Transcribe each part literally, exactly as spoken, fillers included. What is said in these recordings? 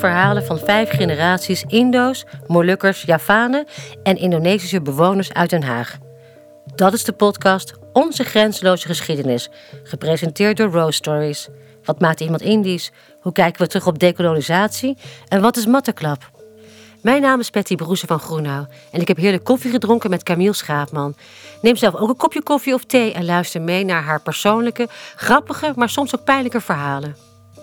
verhalen van vijf generaties Indo's, Molukkers, Javanen en Indonesische bewoners uit Den Haag. Dat is de podcast Onze Grenzeloze Geschiedenis, gepresenteerd door Rose Stories. Wat maakt iemand Indisch? Hoe kijken we terug op dekolonisatie? En wat is matteklap? Mijn naam is Patty Broese van Groenau en ik heb heerlijk koffie gedronken met Camille Schaapman. Neem zelf ook een kopje koffie of thee en luister mee naar haar persoonlijke, grappige, maar soms ook pijnlijke verhalen.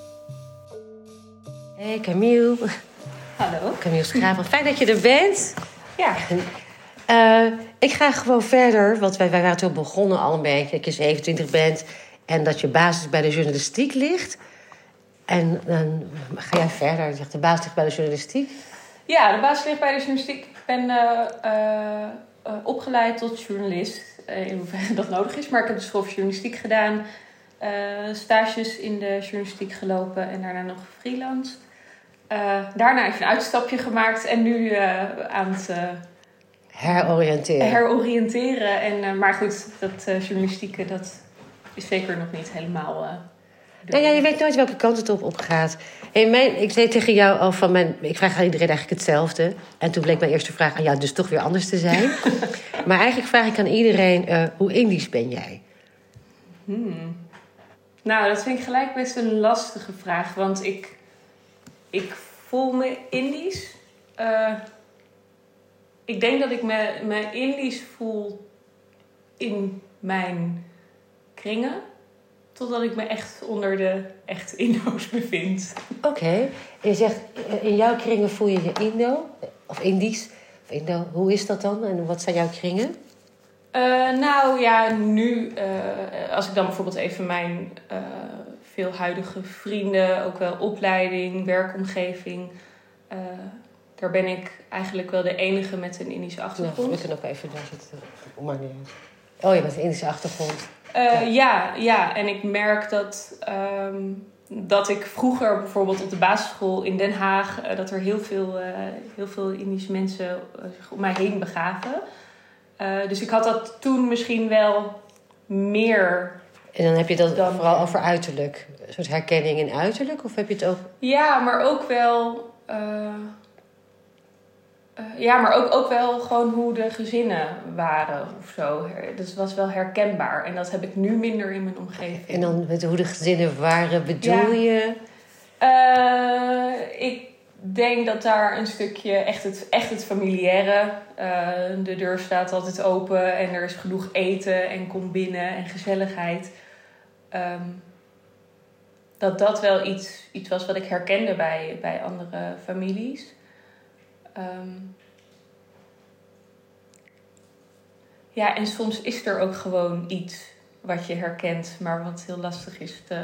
Hey Camille. Hallo. Camille Schaapman, fijn dat je er bent. Ja. Uh, ik ga gewoon verder, want wij, wij waren toen begonnen al een beetje, dat je zevenentwintig bent en dat je basis bij de journalistiek ligt. En dan ga jij verder, je zegt de basis ligt bij de journalistiek. Ja, de basis ligt bij de journalistiek. Ik ben uh, uh, uh, opgeleid tot journalist, uh, in hoeverre dat nodig is. Maar ik heb de school voor journalistiek gedaan, uh, stages in de journalistiek gelopen en daarna nog freelance. Uh, daarna even een uitstapje gemaakt en nu uh, aan het... Uh, Heroriënteren. Heroriënteren. En, uh, maar goed, dat uh, journalistieke, dat is zeker nog niet helemaal... Uh, ja, ja, je weet nooit welke kant het op, op gaat. Hey, mijn, ik zei tegen jou al van mijn... Ik vraag aan iedereen eigenlijk hetzelfde. En toen bleek mijn eerste vraag aan jou dus toch weer anders te zijn. Maar eigenlijk vraag ik aan iedereen... Uh, hoe Indisch ben jij? Hmm. Nou, dat vind ik gelijk best een lastige vraag. Want ik, ik voel me Indisch... Uh, Ik denk dat ik me, me Indisch voel in mijn kringen. Totdat ik me echt onder de echt Indo's bevind. Oké. Okay. Je zegt, in jouw kringen voel je je Indo? Of Indisch? Of Indo. Hoe is dat dan? En wat zijn jouw kringen? Uh, nou ja, nu... Uh, als ik dan bijvoorbeeld even mijn uh, veel huidige vrienden... ook wel opleiding, werkomgeving... Uh, Daar ben ik eigenlijk wel de enige met een Indische achtergrond. Ja, we kunnen ook even daar zitten. Oh, maar niet. Oh, je bent een Indische achtergrond. Uh, ja. ja, ja. En ik merk dat, um, dat ik vroeger bijvoorbeeld op de basisschool in Den Haag... Uh, dat er heel veel, uh, heel veel Indische mensen uh, zich om mij heen begaven. Uh, dus ik had dat toen misschien wel meer... En dan heb je dat dan vooral over uiterlijk. Een soort herkenning in uiterlijk? Of heb je het ook... Ja, maar ook wel... Uh, Uh, ja, maar ook, ook wel gewoon hoe de gezinnen waren of zo. Dat was wel herkenbaar. En dat heb ik nu minder in mijn omgeving. En dan met hoe de gezinnen waren, bedoel ja. je? Uh, ik denk dat daar een stukje echt het, echt het familiaire... Uh, de deur staat altijd open en er is genoeg eten en kom binnen en gezelligheid. Um, dat dat wel iets, iets was wat ik herkende bij, bij andere families. Um, ja, en soms is er ook gewoon iets wat je herkent, maar wat heel lastig is te,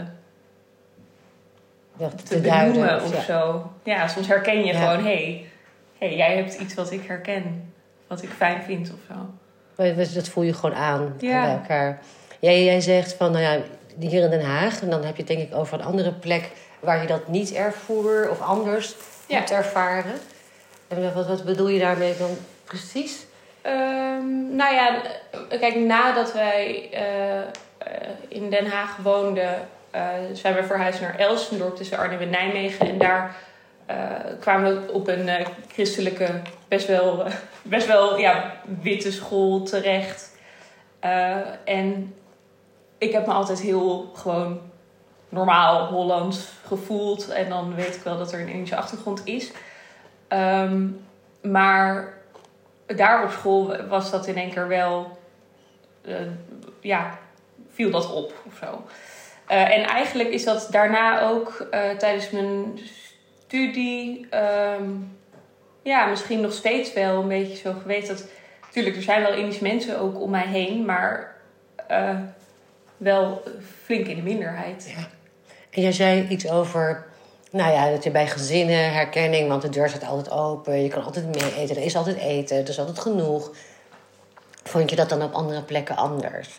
ja, te, te benoemen duiden, of ja. zo. Ja, soms herken je ja. gewoon, hé, hey, hey, jij hebt iets wat ik herken, wat ik fijn vind of zo. Dat voel je gewoon aan, ja. aan bij elkaar. Jij, jij zegt van, nou ja, hier in Den Haag, en dan heb je het denk ik over een andere plek waar je dat niet ervoer of anders ja. hebt ervaren. En wat, wat bedoel je daarmee dan precies? Um, nou ja, kijk, nadat wij uh, uh, in Den Haag woonden... Uh, zijn we verhuisd naar Elsendorp tussen Arnhem en Nijmegen. En daar uh, kwamen we op een uh, christelijke, best wel, uh, best wel ja, witte school terecht. Uh, en ik heb me altijd heel gewoon normaal Hollands gevoeld. En dan weet ik wel dat er een Indische achtergrond is... Um, maar daar op school was dat in één keer wel... Uh, ja, viel dat op of zo. Uh, en eigenlijk is dat daarna ook uh, tijdens mijn studie... Um, ja, misschien nog steeds wel een beetje zo geweest. Dat, natuurlijk, er zijn wel Indische mensen ook om mij heen... maar uh, wel flink in de minderheid. Ja. En jij zei iets over... Nou ja, dat je bij gezinnen, herkenning, want de deur staat altijd open. Je kan altijd mee eten, er is altijd eten, er is altijd genoeg. Vond je dat dan op andere plekken anders?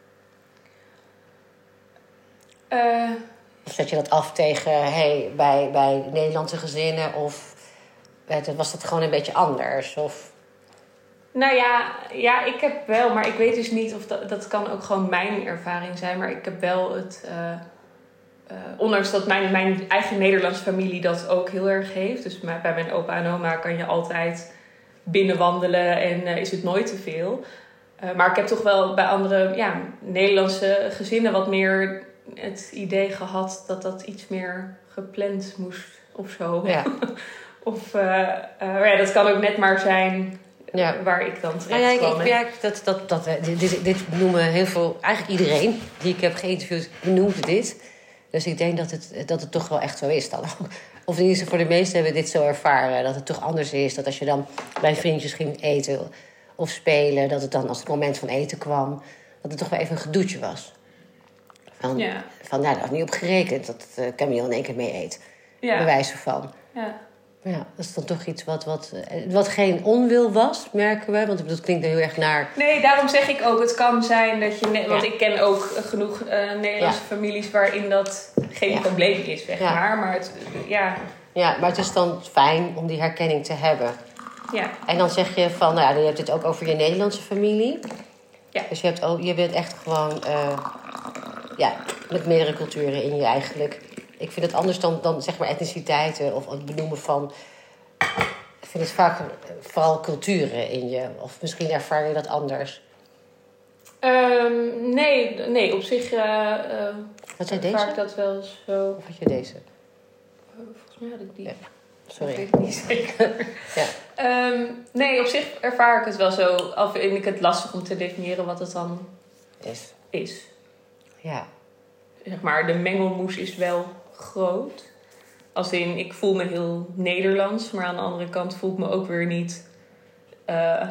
Uh, of zet je dat af tegen, hey, bij, bij Nederlandse gezinnen? Of was dat gewoon een beetje anders? Of... Nou ja, ja, ik heb wel, maar ik weet dus niet of dat... Dat kan ook gewoon mijn ervaring zijn, maar ik heb wel het... Uh, uh, ondanks dat mijn, mijn eigen Nederlandse familie dat ook heel erg heeft. Dus bij mijn opa en oma kan je altijd binnenwandelen en uh, is het nooit te veel. Uh, maar ik heb toch wel bij andere ja, Nederlandse gezinnen wat meer het idee gehad dat dat iets meer gepland moest of zo. Ja. of uh, uh, maar ja, dat kan ook net maar zijn ja. waar ik dan terecht nou ja, ik, kwam. ik merk dat, dat, dat dit, dit, dit noemen heel veel, eigenlijk iedereen die ik heb geïnterviewd, benoemt dit. Dus ik denk dat het, dat het toch wel echt zo is dan. Of tenminste, voor de meesten hebben dit zo ervaren. Dat het toch anders is. Dat als je dan bij vriendjes ging eten of spelen, dat het dan als het moment van eten kwam, dat het toch wel even een gedoetje was. Van, ja. van nou, daar had niet op gerekend dat uh, Camille in één keer mee eet. Ja. Bij wijze van. Ja. Ja, dat is dan toch iets wat, wat, wat geen onwil was, merken we. Want dat klinkt heel erg naar... Nee, daarom zeg ik ook, het kan zijn dat je... Ne- want ja. ik ken ook genoeg uh, Nederlandse ja. families waarin dat geen ja. probleem is, zeg ja. maar. Maar het, ja... ja, maar het is dan fijn om die herkenning te hebben. Ja. En dan zeg je van, nou ja, je hebt het ook over je Nederlandse familie. Ja. Dus je, hebt ook, je bent echt gewoon, uh, ja, met meerdere culturen in je eigenlijk. Ik vind het anders dan, dan zeg maar etniciteiten of het benoemen van... Ik vind het vaak vooral culturen in je. Of misschien ervaar je dat anders. Um, nee, nee, op zich uh, uh, had jij deze? Vaak dat wel zo. Of had je deze? Uh, volgens mij had ik die. Ja. Sorry. Dat weet ik niet zeker. ja. um, nee, op zich ervaar ik het wel zo. Al vind ik het lastig om te definiëren wat het dan is. is. Ja. Zeg maar, de mengelmoes is wel groot. Als in, ik voel me heel Nederlands, maar aan de andere kant voel ik me ook weer niet... Uh,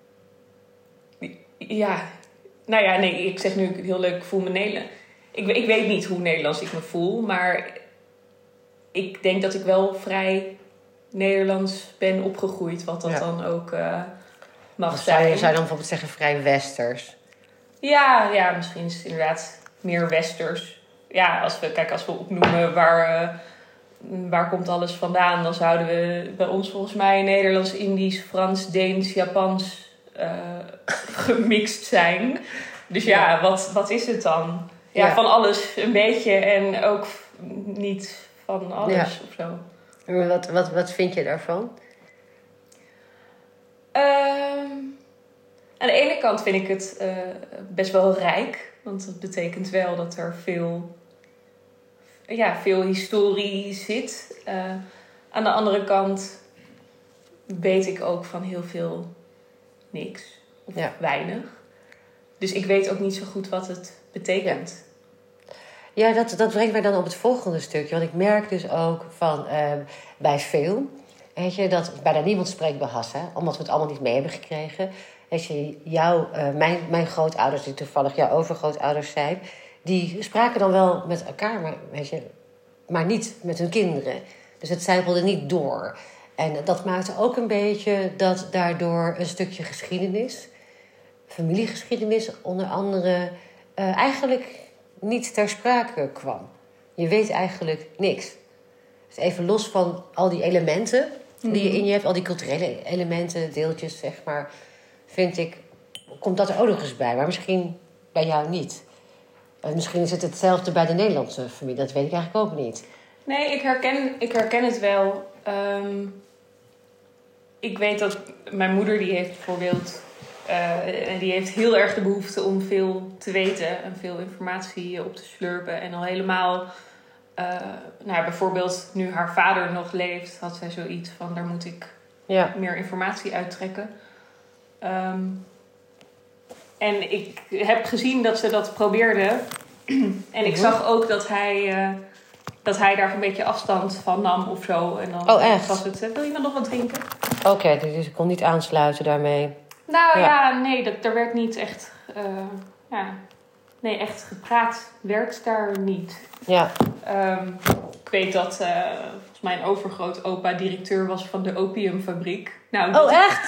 ja, nou ja, nee, ik zeg nu heel leuk, ik voel me Nederlands. Ik, ik weet niet hoe Nederlands ik me voel, maar ik denk dat ik wel vrij Nederlands ben opgegroeid, wat dat ja. dan ook uh, mag of zijn. Zou je dan bijvoorbeeld zeggen vrij westers? Ja, ja, misschien is het inderdaad meer westers. Ja, als we, kijk, als we opnoemen waar... Uh, waar komt alles vandaan? Dan zouden we bij ons volgens mij Nederlands, Indisch, Frans, Deens, Japans uh, gemixt zijn. Dus ja, ja, wat, wat is het dan? Ja, ja, van alles een beetje en ook niet van alles ja. of zo. En wat, wat, wat vind je daarvan? Um, aan de ene kant vind ik het uh, best wel rijk. Want dat betekent wel dat er veel... ja, veel historie zit. Uh, aan de andere kant weet ik ook van heel veel niks. Of ja. weinig. Dus ik weet ook niet zo goed wat het betekent. Ja, ja dat, dat brengt mij dan op het volgende stukje. Want ik merk dus ook van uh, bij film... weet je, dat bijna niemand spreekt Bahas, hè? Omdat we het allemaal niet mee hebben gekregen. Weet je, jouw, uh, mijn, mijn grootouders, die toevallig jouw overgrootouders zijn... die spraken dan wel met elkaar, maar, weet je, maar niet met hun kinderen. Dus het zijpelde niet door. En dat maakte ook een beetje dat daardoor een stukje geschiedenis... familiegeschiedenis onder andere... Uh, eigenlijk niet ter sprake kwam. Je weet eigenlijk niks. Dus even los van al die elementen die je in je hebt... al die culturele elementen, deeltjes, zeg maar... vind ik, komt dat er ook nog eens bij. Maar misschien bij jou niet... Misschien is het hetzelfde bij de Nederlandse familie. Dat weet ik eigenlijk ook niet. Nee, ik herken, ik herken het wel. Um, ik weet dat mijn moeder, die heeft bijvoorbeeld... Uh, die heeft heel erg de behoefte om veel te weten. En veel informatie op te slurpen. En al helemaal... Uh, nou, bijvoorbeeld nu haar vader nog leeft... had zij zoiets van, daar moet ik ja. meer informatie uittrekken. Um, En ik heb gezien dat ze dat probeerde. En ik zag ook dat hij, uh, dat hij daar een beetje afstand van nam of zo. En dan oh, echt? Was het, uh, wil iemand nog wat drinken? Oké, okay, dus ik kon niet aansluiten daarmee. Nou ja, ja nee, dat, er werd niet echt... Uh, ja, nee, echt gepraat werd daar niet. Ja. Um, ik weet dat uh, volgens mij een overgrootopa directeur was van de opiumfabriek. Nou, oh, echt?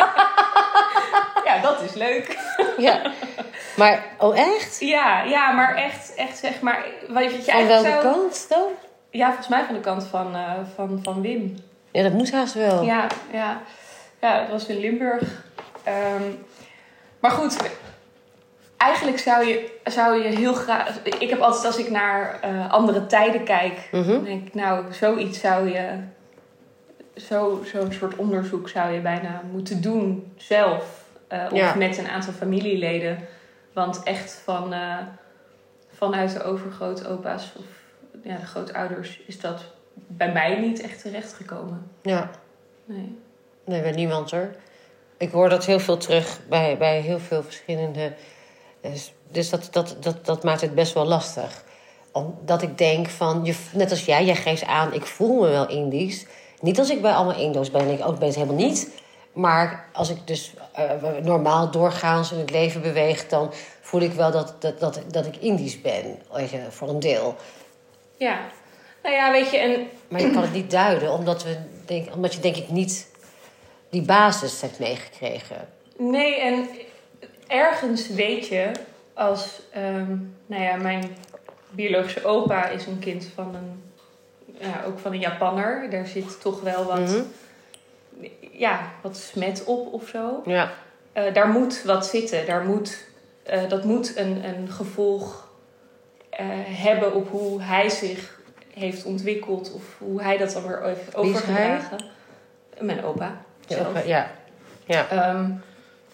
Ja, dat is leuk. Ja, maar, oh echt? Ja, ja, maar echt, echt zeg maar... Wat je van welke zou... kant dan? Ja, volgens mij van de kant van, uh, van, van Wim. Ja, dat moet haast wel. Ja, ja. Ja, het was in Limburg. Um, maar goed, eigenlijk zou je, zou je heel graag... Ik heb altijd, als ik naar uh, andere tijden kijk... Mm-hmm. dan denk ik, nou, zoiets zou je... Zo, zo'n soort onderzoek zou je bijna moeten doen zelf. Uh, of ja. met een aantal familieleden. Want echt van, uh, vanuit de overgrootopa's of ja, de grootouders... is dat bij mij niet echt terechtgekomen. Ja. Nee. Nee, bij niemand hoor. Ik hoor dat heel veel terug bij, bij heel veel verschillende... Dus, dus dat, dat, dat, dat maakt het best wel lastig. Omdat ik denk van, je, net als jij, jij geeft aan... ik voel me wel Indisch. Niet als ik bij allemaal Indo's ben. Ik ook ben het helemaal niet. Maar als ik dus uh, normaal doorgaans in het leven beweeg... dan voel ik wel dat, dat, dat, dat ik Indisch ben. Weet je, voor een deel. Ja. Nou ja, weet je... En... Maar je kan het niet duiden. Omdat, we denk, omdat je denk ik niet die basis hebt meegekregen. Nee, en... Ergens weet je, als um, nou ja, mijn biologische opa is een kind van een, ja, ook van een Japanner. Daar zit toch wel wat, mm-hmm. ja, wat smet op of zo. Ja. Uh, daar moet wat zitten. Daar moet, uh, dat moet een, een gevolg uh, hebben op hoe hij zich heeft ontwikkeld. Of hoe hij dat dan weer heeft overgedragen. Mijn opa. Ja, opa, ja. ja. Um,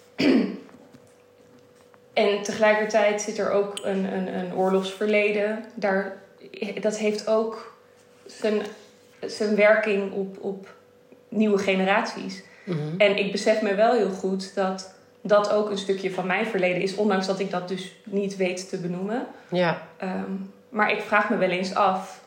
En tegelijkertijd zit er ook een, een, een oorlogsverleden. Daar, dat heeft ook zijn, zijn werking op, op nieuwe generaties. Mm-hmm. En ik besef me wel heel goed dat dat ook een stukje van mijn verleden is. Ondanks dat ik dat dus niet weet te benoemen. Ja. Um, maar ik vraag me wel eens af...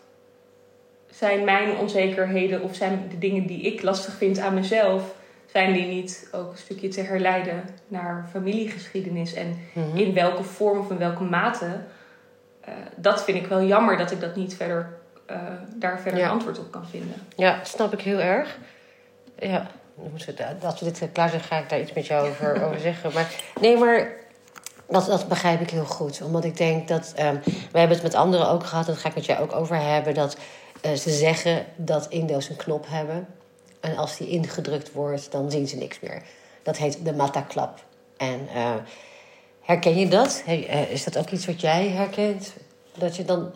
Zijn mijn onzekerheden of zijn de dingen die ik lastig vind aan mezelf... zijn die niet ook een stukje te herleiden naar familiegeschiedenis? En mm-hmm. in welke vorm of in welke mate? Uh, dat vind ik wel jammer dat ik dat niet verder, uh, daar verder ja. een antwoord op kan vinden. Ja, dat snap ik heel erg. Ja, dat we dit klaar zijn, ga ik daar iets met jou over, over zeggen. Maar nee, maar dat, dat begrijp ik heel goed. Omdat ik denk dat... Um, we hebben het met anderen ook gehad, dat ga ik met jou ook over hebben... dat uh, ze zeggen dat Indo's een knop hebben... En als die ingedrukt wordt, dan zien ze niks meer. Dat heet de mata-klap. En uh, herken je dat? Is dat ook iets wat jij herkent? Dat je dan...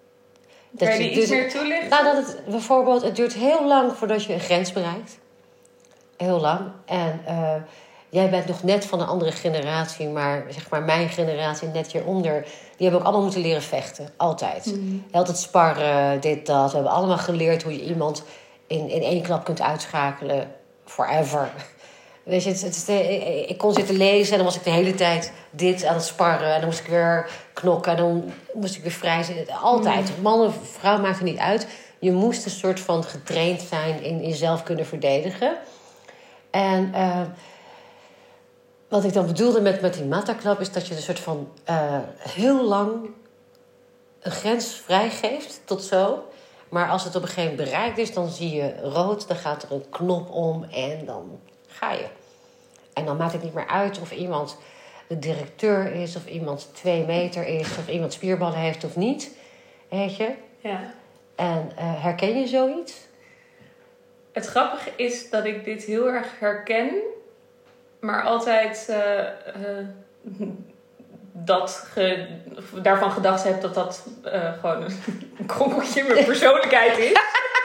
Dat kan je die dus, iets meer toelichten? Nou, dat het bijvoorbeeld... Het duurt heel lang voordat je een grens bereikt. Heel lang. En uh, jij bent nog net van een andere generatie... maar zeg maar mijn generatie net hieronder... die hebben ook allemaal moeten leren vechten. Altijd. Mm. Altijd sparren, dit, dat. We hebben allemaal geleerd hoe je iemand... In, in één klap kunt uitschakelen. Forever. Weet je, het, het, het, ik kon zitten lezen en dan was ik de hele tijd dit aan het sparren. En dan moest ik weer knokken en dan moest ik weer vrij zitten. Altijd. Mm. Man of vrouw maakt het niet uit. Je moest een soort van getraind zijn in jezelf kunnen verdedigen. En uh, wat ik dan bedoelde met, met die mata-klap... is dat je een soort van uh, heel lang een grens vrijgeeft tot zo... Maar als het op een gegeven moment bereikt is, dan zie je rood. Dan gaat er een knop om en dan ga je. En dan maakt het niet meer uit of iemand de directeur is... of iemand twee meter is, of iemand spierballen heeft of niet. Weet je? Ja. En uh, herken je zoiets? Het grappige is dat ik dit heel erg herken... maar altijd... Uh, uh, dat ge, daarvan gedacht heb dat dat uh, gewoon een kronkeltje in mijn persoonlijkheid is.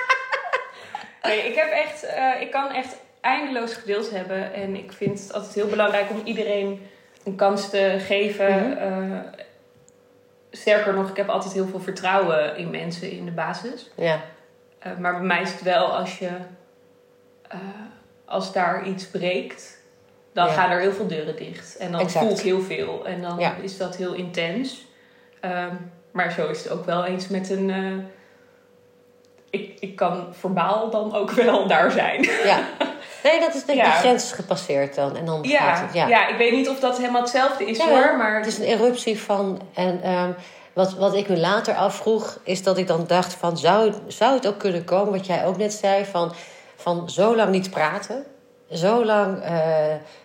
Nee, ik heb echt, uh, ik kan echt eindeloos geduld hebben. En ik vind het altijd heel belangrijk om iedereen een kans te geven. Mm-hmm. Uh, sterker nog, ik heb altijd heel veel vertrouwen in mensen in de basis. Ja. Uh, maar bij mij is het wel als je, uh, als daar iets breekt... Dan ja. gaan er heel veel deuren dicht. En dan exact. voel ik heel veel. En dan ja. is dat heel intens. Um, maar zo is het ook wel eens met een... Uh, ik, ik kan verbaal dan ook wel daar zijn. Ja. Nee, dat is denk ik ja. de grens is gepasseerd dan. En dan ja. gaat het, ja. ja, ik weet niet of dat helemaal hetzelfde is ja, hoor. Maar... Het is een eruptie van... En um, wat, wat ik me later afvroeg... is dat ik dan dacht van... Zou, zou het ook kunnen komen, wat jij ook net zei... van, van zo lang niet praten... Zo lang uh,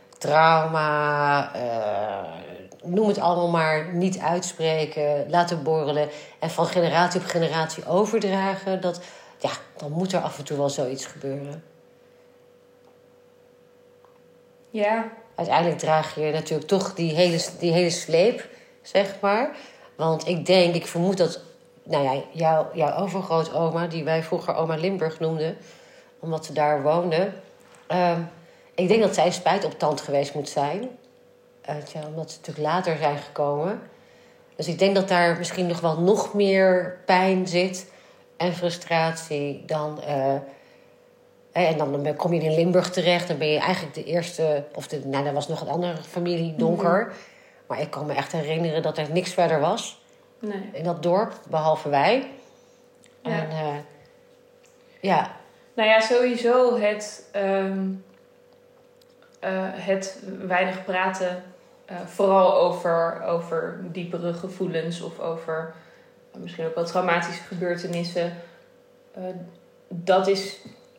trauma, uh, noem het allemaal maar, niet uitspreken, laten borrelen... en van generatie op generatie overdragen... Dat, ja, dan moet er af en toe wel zoiets gebeuren. Ja, uiteindelijk draag je natuurlijk toch die hele, die hele sleep, zeg maar. Want ik denk, ik vermoed dat... Nou ja, jouw, jouw overgrootoma, die wij vroeger oma Limburg noemden... omdat ze daar woonde... Um, ik denk dat zij spijt op tand geweest moet zijn. Uh, tja, omdat ze natuurlijk later zijn gekomen. Dus ik denk dat daar misschien nog wel nog meer pijn zit... en frustratie dan... Uh, en dan kom je in Limburg terecht. Dan ben je eigenlijk de eerste... Of de, nou, dat was nog een andere familie, donker. Mm-hmm. Maar ik kan me echt herinneren dat er niks verder was. Nee. In dat dorp, behalve wij. Ja. En uh, ja... Nou ja, sowieso het, um, uh, het weinig praten... Uh, vooral over, over diepere gevoelens... of over uh, misschien ook wel traumatische gebeurtenissen... Uh, dat is...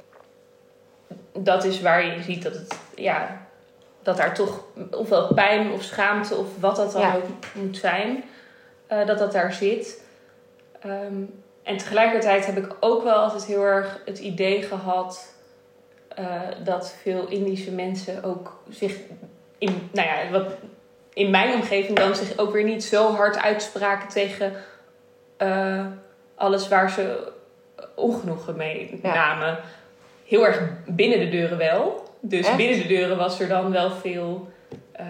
Dat is waar je ziet dat het, ja, dat daar toch ofwel pijn of schaamte of wat dat dan ja. ook moet zijn, uh, dat dat daar zit. Um, en tegelijkertijd heb ik ook wel altijd heel erg het idee gehad uh, dat veel Indische mensen ook zich in, nou ja, wat in mijn omgeving dan zich ook weer niet zo hard uitspraken tegen uh, alles waar ze ongenoegen mee ja. namen. Heel erg binnen de deuren wel. Dus Echt? binnen de deuren was er dan wel veel... Uh,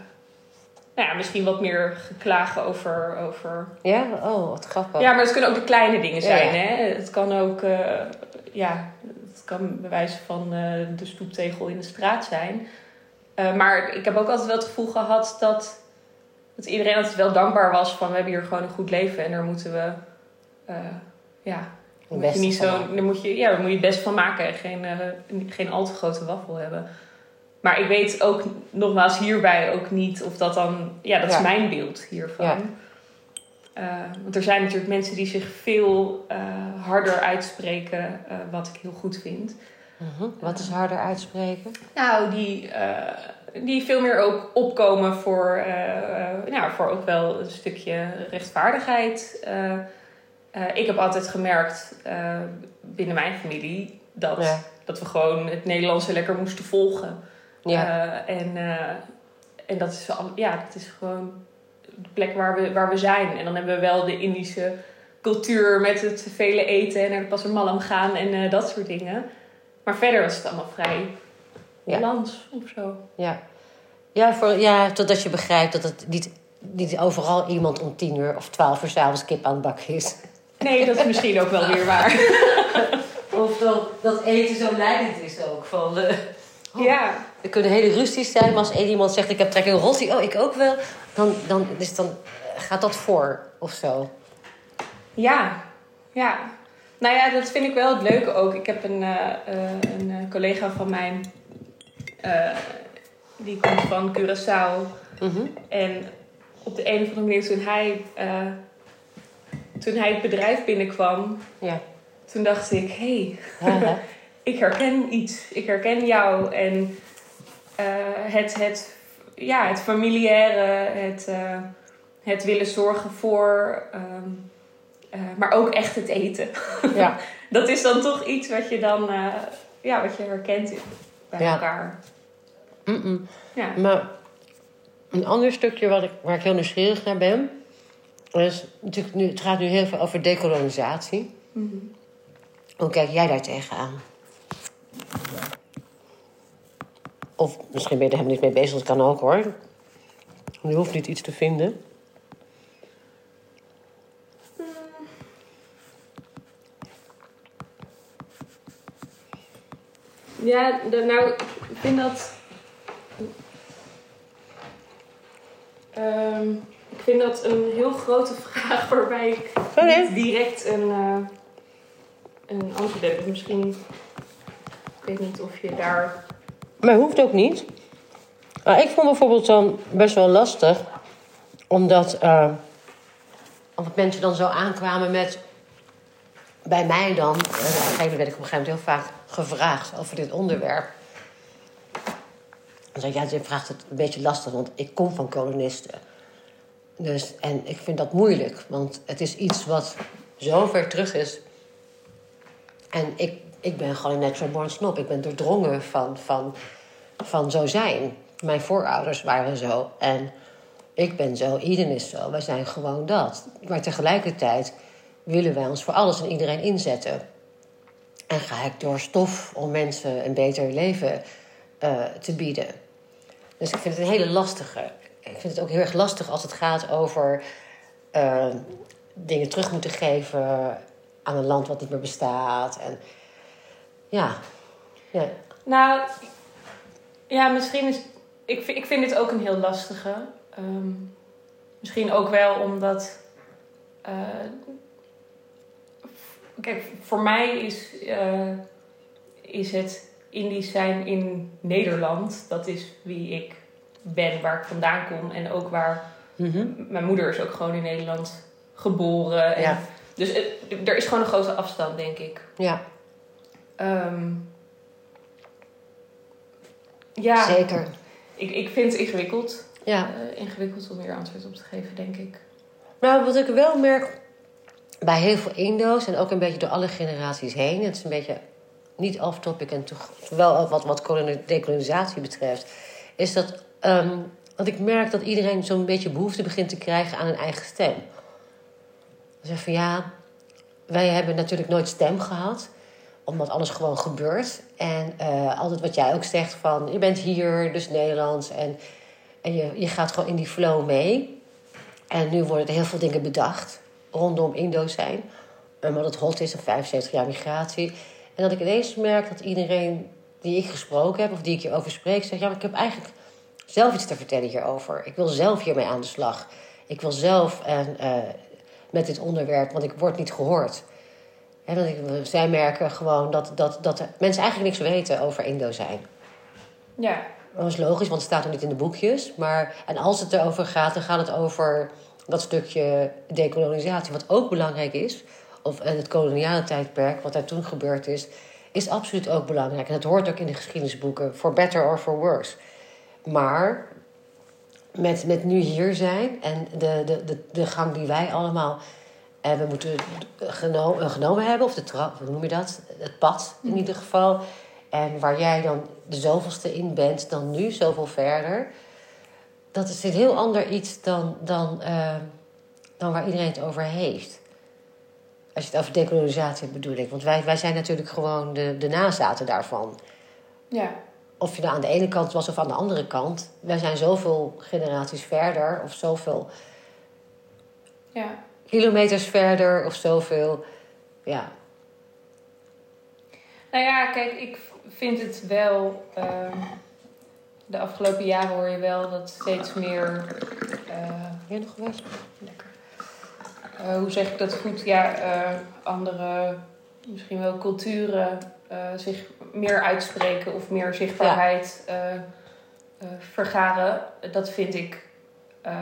nou ja, misschien wat meer geklagen over... over... Ja? Oh, wat grappig. Ja, maar het kunnen ook de kleine dingen zijn. Ja, ja. Hè? Het kan ook... Uh, ja, het kan bij wijze van uh, de stoeptegel in de straat zijn. Uh, maar ik heb ook altijd wel het gevoel gehad dat... dat iedereen altijd wel dankbaar was van... we hebben hier gewoon een goed leven en daar moeten we... Uh, ja... Moet je niet zo, dan moet je, ja, daar moet je het best van maken en geen, uh, geen al te grote waffel hebben. Maar ik weet ook nogmaals hierbij ook niet of dat dan... Ja, dat is ja. mijn beeld hiervan. Ja. Uh, want er zijn natuurlijk mensen die zich veel uh, harder uitspreken, uh, wat ik heel goed vind. Mm-hmm. Wat is harder uitspreken? Nou, die, uh, die veel meer ook opkomen voor, uh, uh, nou, voor ook wel een stukje rechtvaardigheid... Uh, Uh, ik heb altijd gemerkt uh, binnen mijn familie dat, ja. dat we gewoon het Nederlandse lekker moesten volgen. Ja. Uh, en, uh, en dat is, ja, dat is gewoon de plek waar we, waar we zijn. En dan hebben we wel de Indische cultuur met het vele eten en naar de Pasarmalam gaan en uh, dat soort dingen. Maar verder was het allemaal vrij Hollands ja. of zo. Ja. Ja, voor, ja, totdat je begrijpt dat het niet, niet overal iemand om tien uur of twaalf uur 's avonds kip aan het bakken is. Nee, dat is misschien ook wel weer waar. Of dat, dat eten zo leidend is ook. Van, uh, oh, ja. Er kunnen hele ruzies zijn, maar als één iemand zegt... ik heb trek in rossi, oh, ik ook wel. Dan, dan, dus dan gaat dat voor, of zo. Ja, ja. Nou ja, dat vind ik wel het leuke ook. Ik heb een, uh, uh, een collega van mij... Uh, die komt van Curaçao. Mm-hmm. En op de een of andere manier toen hij... Uh, Toen hij het bedrijf binnenkwam, ja. toen dacht ik... hé, hey, ja, ik herken iets. Ik herken jou. En uh, het, het, ja, het familiaire, het, uh, het willen zorgen voor... Um, uh, maar ook echt het eten. Ja. Dat is dan toch iets wat je dan uh, ja, wat je herkent bij ja. elkaar. Ja. Maar een ander stukje wat ik, waar ik heel nieuwsgierig naar ben... Dus, natuurlijk nu, het gaat nu heel veel over dekolonisatie. Mm-hmm. Hoe kijk jij daar tegenaan? Of misschien ben je er helemaal niet mee bezig, dat kan ook hoor. Je hoeft niet iets te vinden. Mm. Ja, de, nou, ik vind dat... Um, ik vind dat een heel grote vraag waarbij ik okay. niet direct een, uh, een antwoord heb. Dus misschien, ik weet niet of je daar... Maar hoeft ook niet. Uh, ik vond bijvoorbeeld dan best wel lastig. Omdat, uh, omdat mensen dan zo aankwamen met... Bij mij dan, uh, op een gegeven moment werd ik op een gegeven moment heel vaak gevraagd over dit onderwerp. Dan zei ik, ja, je vraagt het een beetje lastig, want ik kom van kolonisten. Dus, en ik vind dat moeilijk, want het is iets wat zo ver terug is. En ik, ik ben gewoon een natural born snob. Ik ben doordrongen van, van, van zo zijn. mijn voorouders waren zo en ik ben zo, iedereen is zo. Wij zijn gewoon dat. Maar tegelijkertijd willen wij ons voor alles en iedereen inzetten. En ga ik door stof om mensen een beter leven uh, te bieden. Dus ik vind het een hele lastige. Ik vind het ook heel erg lastig als het gaat over uh, dingen terug moeten geven aan een land wat niet meer bestaat. En ja. ja. Nou, ja, misschien is... Ik vind, ik vind dit ook een heel lastige. Um, misschien ook wel omdat... Uh, kijk, voor mij is, uh, is het Indisch zijn in Nederland. Dat is wie ik ben, waar ik vandaan kom. En ook waar... Mm-hmm. Mijn moeder is ook gewoon in Nederland geboren. En ja. Dus het, er is gewoon een grote afstand, denk ik. Ja. Um, ja. Zeker. Ik, ik vind het ingewikkeld. Ja. Uh, ingewikkeld om hier antwoord op te geven, denk ik. Nou, wat ik wel merk bij heel veel Indo's... en ook een beetje door alle generaties heen... het is een beetje niet off-topic en toch wel wat, wat dekolonisatie betreft... is dat, um, dat ik merk dat iedereen zo'n beetje behoefte begint te krijgen aan een eigen stem. Dus van ja, wij hebben natuurlijk nooit stem gehad... omdat alles gewoon gebeurt. En uh, altijd wat jij ook zegt van... je bent hier, dus Nederlands... en, en je, je gaat gewoon in die flow mee. En nu worden er heel veel dingen bedacht... rondom Indo zijn. Omdat het hot is, of vijfenzeventig jaar migratie. En dat ik ineens merk dat iedereen die ik gesproken heb... of die ik hierover spreek, zegt... ja, maar ik heb eigenlijk zelf iets te vertellen hierover. Ik wil zelf hiermee aan de slag. Ik wil zelf en, uh, met dit onderwerp... want ik word niet gehoord... En dat ik, zij merken gewoon dat, dat, dat mensen eigenlijk niks weten over Indo zijn. Ja. Dat is logisch, want het staat nog niet in de boekjes. Maar, en als het erover gaat, dan gaat het over dat stukje dekolonisatie. Wat ook belangrijk is, of het koloniale tijdperk, wat daar toen gebeurd is... is absoluut ook belangrijk. En dat hoort ook in de geschiedenisboeken, for better or for worse. Maar met, met nu hier zijn en de, de, de, de gang die wij allemaal... En we moeten geno- genomen hebben, of de trap, hoe noem je dat? Het pad in ieder geval. En waar jij dan de zoveelste in bent dan nu, zoveel verder. Dat is een heel ander iets dan, dan, uh, dan waar iedereen het over heeft. Als je het over dekolonisatie hebt, bedoel ik. Want wij, wij zijn natuurlijk gewoon de, de nazaten daarvan. Ja. Of je nou aan de ene kant was of aan de andere kant. Wij zijn zoveel generaties verder, of zoveel... Ja. kilometers verder of zoveel, ja. Nou ja, kijk, ik vind het wel... Uh, de afgelopen jaren hoor je wel dat steeds meer... Uh, Hier nog geweest? Lekker. Uh, hoe zeg ik dat goed? Ja, uh, andere, misschien wel culturen... Uh, zich meer uitspreken of meer zichtbaarheid ja. uh, uh, vergaren. Dat vind ik... Uh,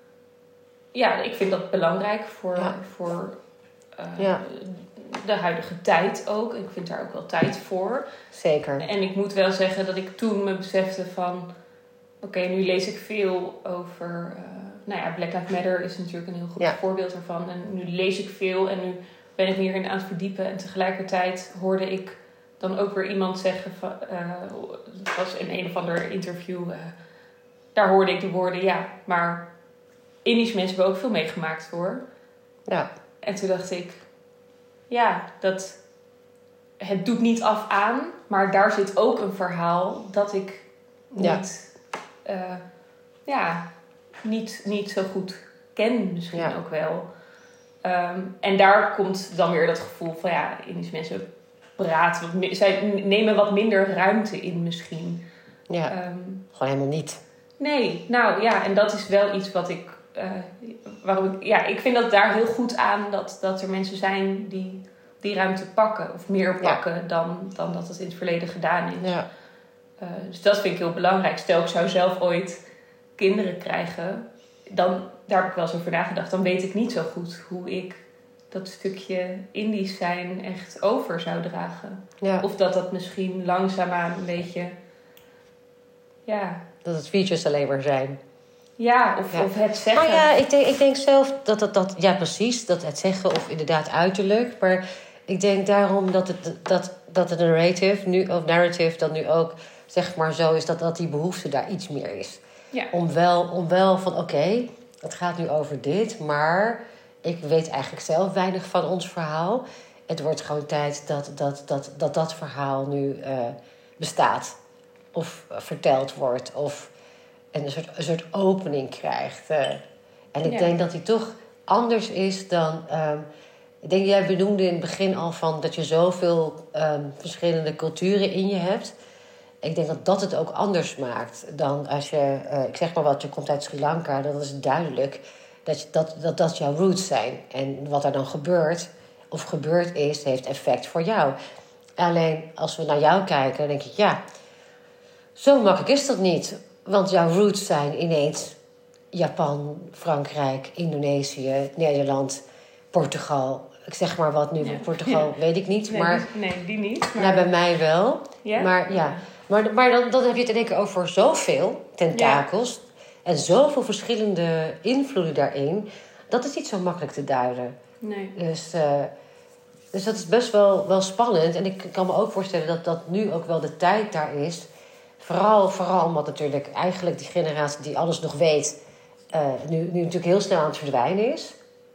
Ja, ik vind dat belangrijk voor, ja. voor uh, ja. de huidige tijd ook. Ik vind daar ook wel tijd voor. Zeker. En ik moet wel zeggen dat ik toen me besefte van... Oké, okay, nu lees ik veel over... Uh, nou ja, Black Lives Matter is natuurlijk een heel goed ja. voorbeeld ervan. En nu lees ik veel en nu ben ik me hierin aan het verdiepen. En tegelijkertijd hoorde ik dan ook weer iemand zeggen... Van, uh, het was in een of ander interview... Uh, daar hoorde ik de woorden, ja, maar... Indische mensen hebben ook veel meegemaakt, hoor. Ja. En toen dacht ik... Ja, dat... Het doet niet af aan... Maar daar zit ook een verhaal... Dat ik niet... Ja, uh, ja niet, niet zo goed ken misschien ja. ook wel. Um, en daar komt dan weer dat gevoel van... Ja, Indische mensen praten... Zij nemen wat minder ruimte in misschien. Ja, um, gewoon helemaal niet. Nee, nou ja, en dat is wel iets wat ik... Uh, waarom ik, ja, ik vind dat daar heel goed aan dat, dat er mensen zijn die die ruimte pakken. Of meer pakken ja. dan, dan dat het in het verleden gedaan is. Ja. Uh, dus dat vind ik heel belangrijk. Stel, ik zou zelf ooit kinderen krijgen. Dan, daar heb ik wel eens over nagedacht. Dan weet ik niet zo goed hoe ik dat stukje Indisch zijn echt over zou dragen. Ja. Of dat dat misschien langzaamaan een beetje... Ja. Dat het features alleen maar zijn. Ja, of, ja. of het zeggen. Maar ja, ik denk, ik denk zelf dat, dat dat... Ja, precies. Dat het zeggen of inderdaad uiterlijk. Maar ik denk daarom dat het, dat, dat het narrative, nu, of narrative dan nu ook zeg maar zo is dat, dat die behoefte daar iets meer is. Ja. Om wel, om wel van oké, okay, het gaat nu over dit, maar ik weet eigenlijk zelf weinig van ons verhaal. Het wordt gewoon tijd dat dat, dat, dat, dat verhaal nu uh, bestaat. Of uh, verteld wordt. Of een soort, een soort opening krijgt. Uh, en ik ja. denk dat die toch anders is dan... Um, ik denk, jij benoemde in het begin al van dat je zoveel um, verschillende culturen in je hebt. Ik denk dat dat het ook anders maakt dan als je... Uh, ik zeg maar wat, je komt uit Sri Lanka. Dan is het duidelijk dat, je, dat, dat dat jouw roots zijn. En wat er dan gebeurt, of gebeurd is, heeft effect voor jou. Alleen als we naar jou kijken, dan denk ik, ja... Zo makkelijk is dat niet. Want jouw roots zijn ineens Japan, Frankrijk, Indonesië, Nederland, Portugal. Ik zeg maar wat nu, ja. Portugal ja. weet ik niet. Nee, maar, die, nee die niet. Maar... Nou, bij mij wel. Ja? Maar, ja. maar, maar dan, dan heb je het in één keer over zoveel tentakels. Ja. En zoveel verschillende invloeden daarin. Dat is niet zo makkelijk te duiden. Nee. Dus, uh, dus dat is best wel, wel spannend. En ik kan me ook voorstellen dat dat nu ook wel de tijd daar is... Vooral, vooral omdat natuurlijk eigenlijk die generatie die alles nog weet... Uh, nu, nu natuurlijk heel snel aan het verdwijnen is.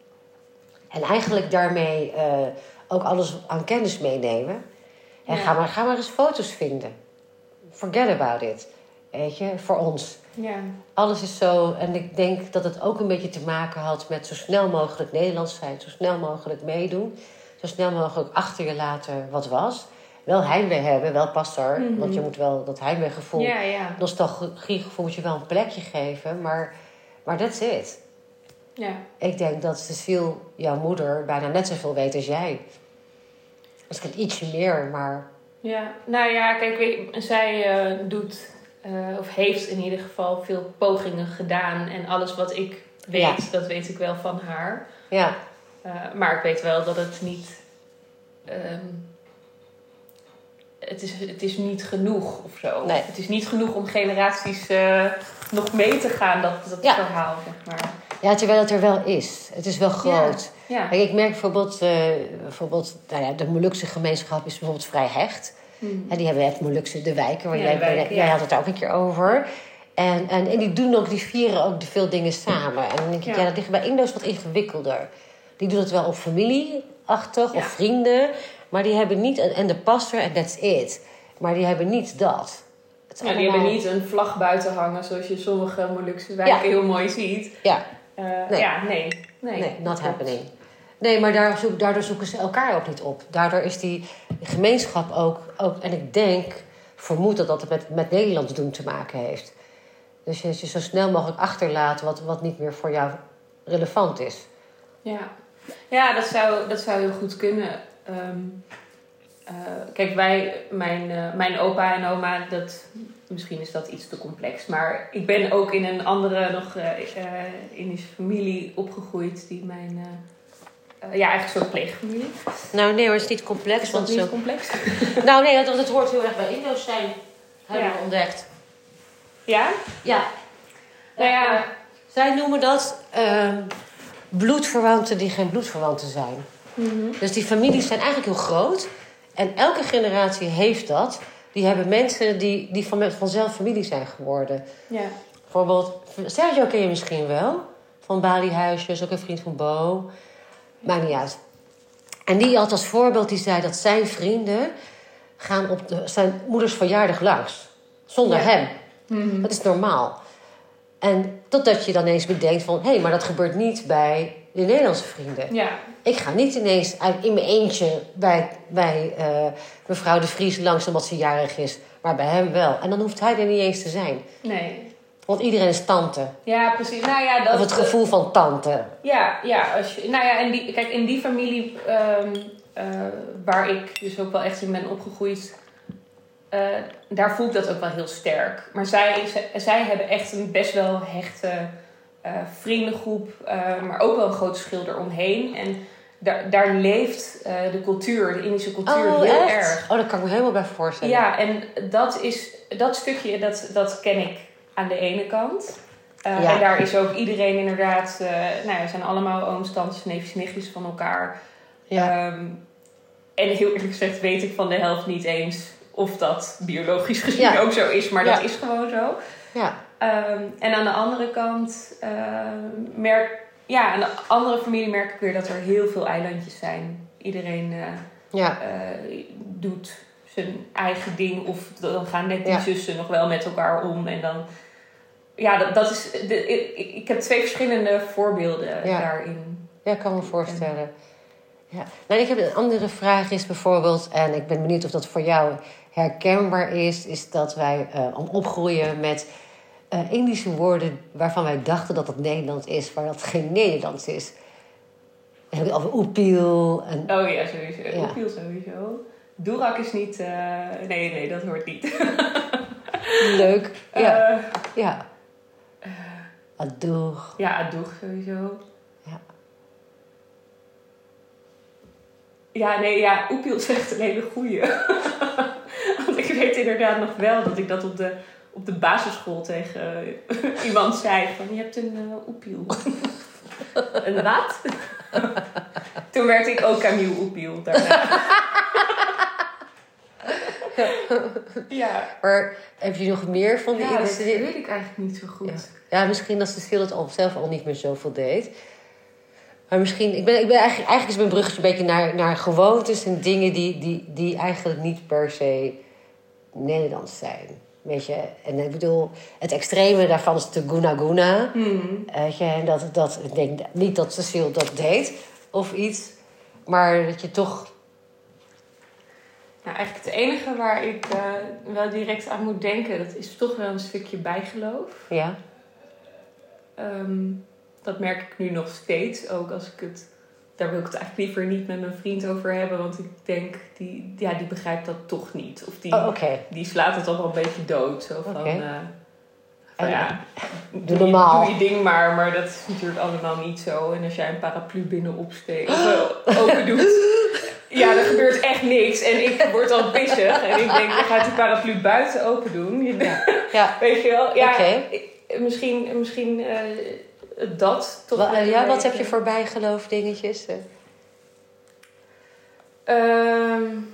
En eigenlijk daarmee uh, ook alles aan kennis meenemen. En ja. ga, maar, ga maar eens foto's vinden. Forget about it. Weet je, voor ons. Ja. Alles is zo... En ik denk dat het ook een beetje te maken had met zo snel mogelijk Nederlands zijn. Zo snel mogelijk meedoen. Zo snel mogelijk achter je laten wat was... Wel heimwee hebben, wel past er. Mm-hmm. Want je moet wel dat heimweegevoel... Ja, ja. nostalgiegevoel moet je wel een plekje geven. Maar, maar that's it. Ja. Ik denk dat Cecile, jouw moeder, bijna net zoveel weet als jij. Misschien ietsje meer, maar... Ja, nou ja, kijk, weet, zij uh, doet... Uh, of heeft in ieder geval veel pogingen gedaan. En alles wat ik weet, ja. dat weet ik wel van haar. Ja. Uh, maar ik weet wel dat het niet... Um, Het is, het is niet genoeg of zo. Nee. Het is niet genoeg om generaties uh, nog mee te gaan, dat, dat ja. verhaal, zeg maar. Ja, terwijl het er wel is. Het is wel groot. Ja. Ja. Kijk, ik merk bijvoorbeeld... Uh, bijvoorbeeld nou ja, de Molukse gemeenschap is bijvoorbeeld vrij hecht. Mm. En die hebben het Molukse, de wijken. Waar ja, jij, wijk, jij ja. had het daar ook een keer over. En, en, en die doen ook, die vieren ook de veel dingen samen. En dan denk ik, ja, ja dat ligt bij Indo's wat ingewikkelder. Die doen het wel op familieachtig ja. of vrienden... Maar die hebben niet... En de pastor, en that's it. Maar die hebben niet dat. Ja, allemaal... Die hebben niet een vlag buiten hangen... zoals je sommige Molukse wijken ja. heel mooi ziet. Ja. Uh, nee. Ja, nee. Nee, nee not happening. Nee, maar daar zoek, daardoor zoeken ze elkaar ook niet op. Daardoor is die gemeenschap ook... ook en ik denk, vermoed dat dat het met, met Nederlands doen te maken heeft. Dus je, je zo snel mogelijk achterlaat... Wat, wat niet meer voor jou relevant is. Ja, ja dat, zou, dat zou heel goed kunnen... Um, uh, kijk, wij, mijn, uh, mijn opa en oma, dat, misschien is dat iets te complex. Maar ik ben ook in een andere, nog uh, uh, Indische familie opgegroeid. Die mijn, uh, uh, ja, eigenlijk een soort pleegfamilie. Nou nee hoor, het is niet complex. Is dat want niet zo... complex? Nou nee, dat, dat hoort heel erg bij Indo's zijn. Hebben ja. we ontdekt. Ja? Ja. Nou ja. Uh, zij noemen dat uh, bloedverwanten die geen bloedverwanten zijn. Mm-hmm. Dus die families zijn eigenlijk heel groot. En elke generatie heeft dat. Die hebben mensen die, die van, vanzelf familie zijn geworden. Ja. Bijvoorbeeld, Sergio ken je misschien wel. Van Bali Huisjes, ook een vriend van Bo. Maakt niet uit. En die had als voorbeeld, die zei dat zijn vrienden... gaan op de, zijn moeders verjaardag langs. Zonder ja. hem. Mm-hmm. Dat is normaal. En totdat je dan eens bedenkt van... hé, hey, maar dat gebeurt niet bij de Nederlandse vrienden. Ja. Ik ga niet ineens in mijn eentje bij, bij uh, mevrouw de Vries langs omdat ze jarig is. Maar bij hem wel. En dan hoeft hij er niet eens te zijn. Nee. Want iedereen is tante. Ja, precies. Nou ja, dat, of het gevoel van tante. Ja, ja. Als je, nou ja, en die, kijk, in die familie um, uh, waar ik dus ook wel echt in ben opgegroeid... Uh, daar voel ik dat ook wel heel sterk. Maar zij, zij, zij hebben echt een best wel hechte uh, vriendengroep. Uh, maar ook wel een groot verschil eromheen. En daar, daar leeft uh, de cultuur, de Indische cultuur oh, heel echt? erg. Oh, dat kan ik me helemaal bij voorstellen. Ja, en dat, is, dat stukje, dat, dat ken ik aan de ene kant. Uh, ja. En daar is ook iedereen inderdaad... Uh, nou ja, we zijn allemaal ooms, tantes, neefjes, nichtjes van elkaar. Ja. Um, en heel eerlijk gezegd weet ik van de helft niet eens... of dat biologisch gezien ja. ook zo is, maar ja. dat is gewoon zo. Ja. Um, en aan de andere kant uh, merk, ja, aan de andere familie merk ik weer dat er heel veel eilandjes zijn. Iedereen uh, ja. uh, doet zijn eigen ding, of dan gaan net die ja. zussen nog wel met elkaar om. En dan, ja, dat, dat is. De, ik, ik heb twee verschillende voorbeelden ja. daarin. Ja, ik kan me voorstellen. Ja. Nou, ik heb een andere vraag is bijvoorbeeld, en ik ben benieuwd of dat voor jou herkenbaar is, is dat wij uh, opgroeien met uh, Indische woorden waarvan wij dachten dat het Nederlands is, maar dat geen Nederlands is. Dan heb ik het over oepiel. En... Oh ja, sowieso. Ja. Oepiel sowieso. Doerak is niet... Uh, nee, nee, dat hoort niet. Leuk. Ja. Uh, ja. Uh, Adoeg. Ja, adoeg sowieso. Ja. Ja, nee, ja, oepiel is echt een hele goeie. Want ik weet inderdaad nog wel dat ik dat op de, op de basisschool tegen uh, iemand zei. Van, je hebt een uh, oepiel. Een wat? Toen werd ik ook Camille Oepiel daarna. Ja. Maar heb je nog meer van die ja, Indische dat dingen? weet ik eigenlijk niet zo goed. Ja, ja misschien dat Cecile het al zelf al niet meer zoveel deed. Maar misschien... Ik ben, ik ben eigenlijk, eigenlijk is mijn bruggetje een beetje naar, naar gewoontes en dingen die, die, die eigenlijk niet per se Nederlands zijn. Weet je? En ik bedoel, het extreme daarvan is de guna guna. Mm. Weet je, en dat, dat, ik denk niet dat Cecile dat deed of iets. Maar dat je toch... Nou, eigenlijk het enige waar ik uh, wel direct aan moet denken, dat is toch wel een stukje bijgeloof. Ja. Um, dat merk ik nu nog steeds. Ook als ik het... Daar wil ik het eigenlijk liever niet met mijn vriend over hebben. Want ik denk, die, ja, die begrijpt dat toch niet. Of die, Oh, okay. die slaat het al wel een beetje dood. Zo van... Okay. Uh, van ja, doe normaal. Doe je ding maar. Maar dat is natuurlijk allemaal niet zo. En als jij een paraplu binnen opsteekt of uh, open doet... Ja, er gebeurt echt niks. En ik word al pissig. En ik denk, je gaat die paraplu buiten open doen. Ja. Ja. Weet je wel? Ja, okay. Misschien, misschien uh, dat. Toch wel, uh, ja, wat heb je voor bijgeloof dingetjes? Um,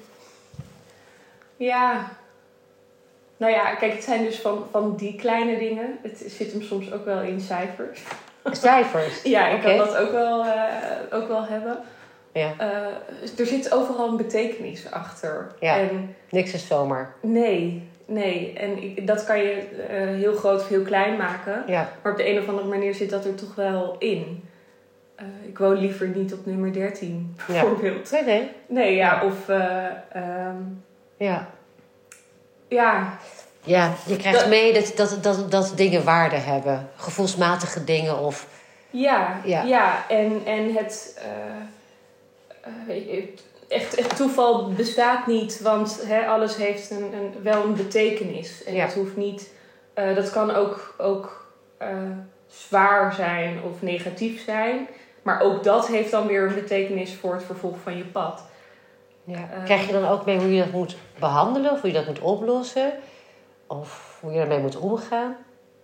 ja. Nou ja, kijk, het zijn dus van, van die kleine dingen. Het zit hem soms ook wel in cijfers. Cijfers? Ja, ik okay. kan dat ook wel, uh, ook wel hebben. Ja. Uh, er zit overal een betekenis achter. Ja, en, niks is zomaar. Nee, nee. En ik, dat kan je uh, heel groot of heel klein maken. Ja. Maar op de een of andere manier zit dat er toch wel in. Uh, ik woon liever niet op nummer dertien, bijvoorbeeld. Ja. Nee, nee. Nee, ja. ja. Of... Uh, um, ja. Ja. Ja, je krijgt dat, mee dat, dat, dat, dat dingen waarde hebben. Gevoelsmatige dingen of... Ja, ja. ja. En, en het... Uh, uh, echt, echt toeval bestaat niet, want hè, alles heeft een, een, wel een betekenis. En ja. dat hoeft niet... Uh, dat kan ook, ook uh, zwaar zijn of negatief zijn. Maar ook dat heeft dan weer een betekenis voor het vervolg van je pad. Ja. Uh, Krijg je dan ook mee hoe je dat moet behandelen? Of hoe je dat moet oplossen? Of hoe je daarmee moet omgaan?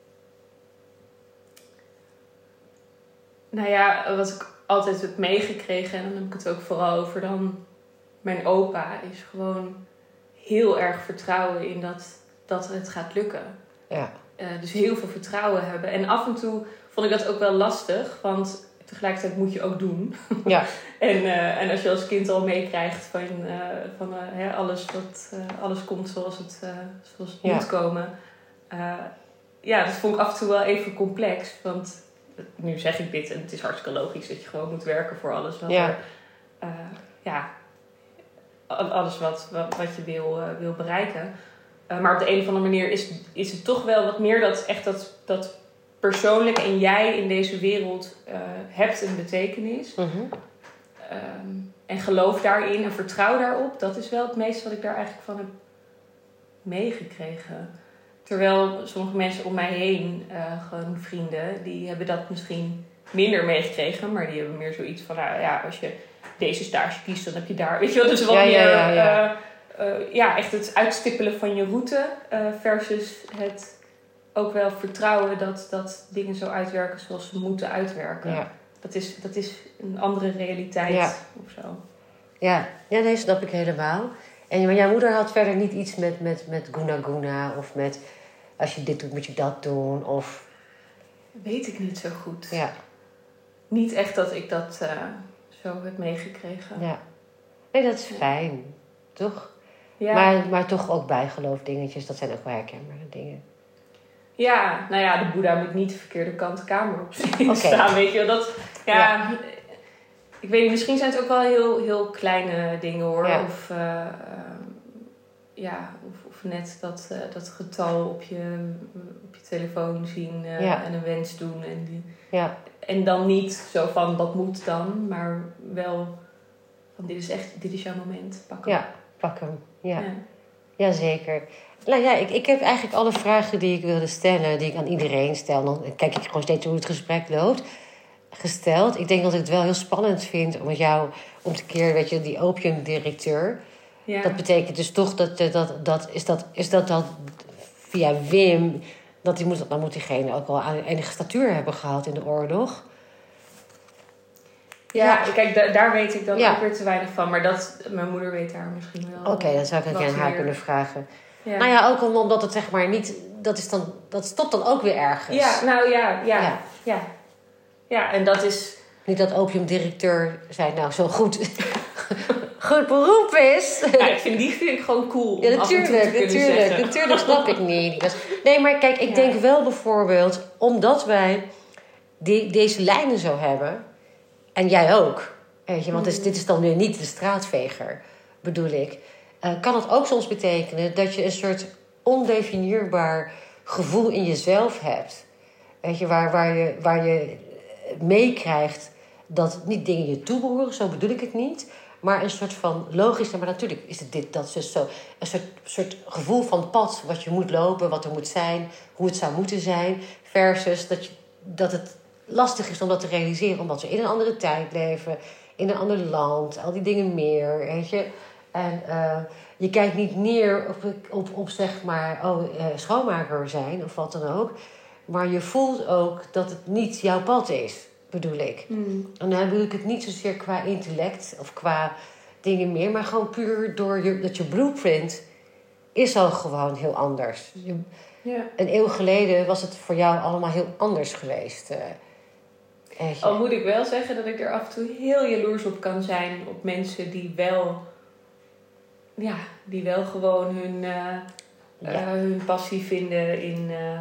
Nou ja, wat ik altijd heb meegekregen... en dan heb ik het ook vooral over dan mijn opa... is gewoon heel erg vertrouwen in dat, dat het gaat lukken. Ja. Uh, dus heel veel vertrouwen hebben. En af en toe vond ik dat ook wel lastig... want tegelijkertijd moet je ook doen. Ja. en, uh, en als je als kind al meekrijgt van, uh, van uh, hè, alles, wat, uh, alles komt zoals het, uh, zoals het ja. moet komen. Uh, ja, dat vond ik af en toe wel even complex. Want nu zeg ik dit en het is hartstikke logisch dat je gewoon moet werken voor alles. Wat ja. Er, uh, ja, alles wat, wat, wat je wil, uh, wil bereiken. Uh, maar op de een of andere manier is, is het toch wel wat meer dat echt dat... dat persoonlijk en jij in deze wereld uh, hebt een betekenis. Mm-hmm. Um, en geloof daarin en vertrouw daarop. Dat is wel het meeste wat ik daar eigenlijk van heb meegekregen. Terwijl sommige mensen om mij heen, uh, gewoon vrienden, die hebben dat misschien minder meegekregen. Maar die hebben meer zoiets van, nou ja, als je deze stage kiest, dan heb je daar... Weet je wel, dus wat ja, meer... Ja, ja, ja. Uh, uh, ja, echt het uitstippelen van je route uh, versus het... ook wel vertrouwen dat, dat dingen zo uitwerken zoals ze moeten uitwerken. Ja. Dat is, dat is een andere realiteit ja. of zo. Ja, ja, nee, snap ik helemaal. En maar jouw moeder had verder niet iets met, met, met guna guna of met als je dit doet moet je dat doen of... Weet ik niet zo goed. Ja. Niet echt dat ik dat uh, zo heb meegekregen. Ja. Nee, dat is fijn. Toch? Ja. Maar, maar toch ook bijgeloof dingetjes. Dat zijn ook wel herkenbare dingen. Ja, nou ja, de Boeddha moet niet de verkeerde kant de kamer op okay. staan. Weet je wel. Dat, ja, ja. Ik weet niet, misschien zijn het ook wel heel, heel kleine dingen hoor. Ja. Of, uh, uh, ja, of, of net dat, uh, dat getal op je, op je telefoon zien uh, ja. en een wens doen. En, die, ja. en dan niet zo van dat moet dan, maar wel van dit is echt, dit is jouw moment. Pak hem. Ja, pak hem. Ja. Ja. Jazeker. Nou ja, ik, ik heb eigenlijk alle vragen die ik wilde stellen, die ik aan iedereen stel. Dan kijk ik gewoon steeds hoe het gesprek loopt. Gesteld. Ik denk dat ik het wel heel spannend vind om met jou om te keren, weet je, die opiumdirecteur. Ja. Dat betekent dus toch dat, dat, dat, is dat is dat dan via Wim, dat die moet, dan moet diegene ook wel enige statuur hebben gehad in de oorlog. Ja, ja. Kijk, da- daar weet ik dan ja. ook weer te weinig van. Maar dat, mijn moeder weet daar misschien wel. Oké, okay, dan zou ik een keer aan haar kunnen vragen. Ja. Nou ja, ook omdat het zeg maar niet, dat is dan, dat stopt dan ook weer ergens. Ja, nou ja, ja, ja. ja. Ja, en dat is... Niet dat opiumdirecteur zijn nou zo goed, goed beroep is. Ja, ik vind die vind ik gewoon cool. Ja, natuurlijk, natuurlijk. Natuurlijk snap ik niet. Nee, maar kijk, ik ja. denk wel bijvoorbeeld, omdat wij die, deze lijnen zo hebben, en jij ook, weet je, want mm. dus, dit is dan weer niet de straatveger, bedoel ik, uh, kan het ook soms betekenen dat je een soort ondefinieerbaar gevoel in jezelf hebt. Weet je, waar, waar je, waar je meekrijgt dat niet dingen je toebehoren, zo bedoel ik het niet. Maar een soort van logisch, maar natuurlijk is het dit, dat is dus zo. Een soort, soort gevoel van pad, wat je moet lopen, wat er moet zijn, hoe het zou moeten zijn. Versus dat, je, dat het lastig is om dat te realiseren, omdat we in een andere tijd leven, in een ander land, al die dingen meer, weet je. En uh, je kijkt niet neer op, op, op zeg maar, oh, uh, schoonmaker zijn of wat dan ook. Maar je voelt ook dat het niet jouw pad is, bedoel ik. Mm. En dan bedoel ik het niet zozeer qua intellect of qua dingen meer, maar gewoon puur door je, dat je blueprint is al gewoon heel anders. Je, ja. Een eeuw geleden was het voor jou allemaal heel anders geweest. Uh, Al moet ik wel zeggen dat ik er af en toe heel jaloers op kan zijn op mensen die wel, ja, die wel gewoon hun, uh, ja. uh, hun passie vinden in... Uh,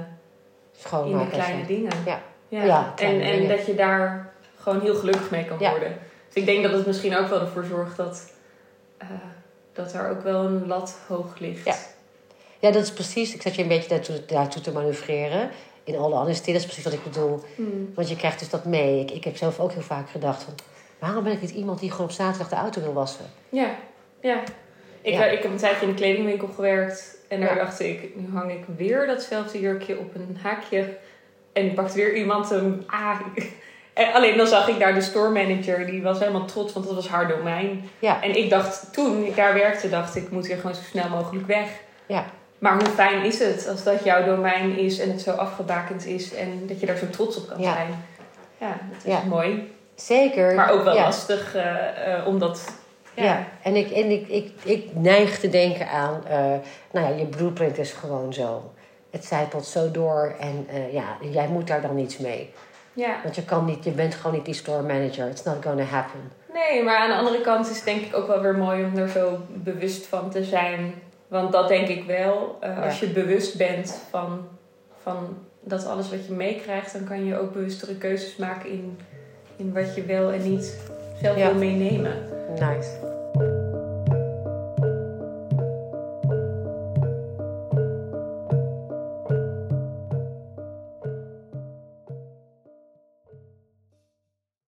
in de kleine zijn. dingen. Ja. Ja. Ja, en, en dingen. Dat je daar gewoon heel gelukkig mee kan ja. worden. Dus ik denk dat het misschien ook wel ervoor zorgt dat, uh, dat er ook wel een lat hoog ligt. Ja. ja, dat is precies. Ik zat je een beetje daartoe, daartoe te manoeuvreren. In alle honesty, dat is precies wat ik bedoel. Hmm. Want je krijgt dus dat mee. Ik, ik heb zelf ook heel vaak gedacht van, waarom ben ik niet iemand die gewoon op zaterdag de auto wil wassen? Ja, ja. Ik, ja. ik heb een tijdje in een kledingwinkel gewerkt. En daar ja. dacht ik, nu hang ik weer datzelfde jurkje op een haakje. En pakte weer iemand hem. Ah, en alleen dan zag ik daar de store manager. Die was helemaal trots, want dat was haar domein. Ja. En ik dacht, toen ik daar werkte, dacht ik, ik moet hier gewoon zo snel mogelijk weg. Ja. Maar hoe fijn is het als dat jouw domein is en het zo afgebakend is. En dat je daar zo trots op kan ja. zijn. Ja, dat is ja. mooi. Zeker. Maar ook wel ja. lastig, uh, uh, omdat... Ja, ja. en, ik, en ik, ik, ik neig te denken aan... Uh, nou ja, je blueprint is gewoon zo. Het zijpelt zo door en uh, ja, jij moet daar dan iets mee. Ja. Want je, kan niet, je bent gewoon niet die store manager. It's not gonna happen. Nee, maar aan de andere kant is het denk ik ook wel weer mooi om er zo bewust van te zijn. Want dat denk ik wel. Uh, als ja. je bewust bent van, van dat alles wat je meekrijgt... dan kan je ook bewustere keuzes maken in, in wat je wel en niet zelf ja. wil meenemen. Nice.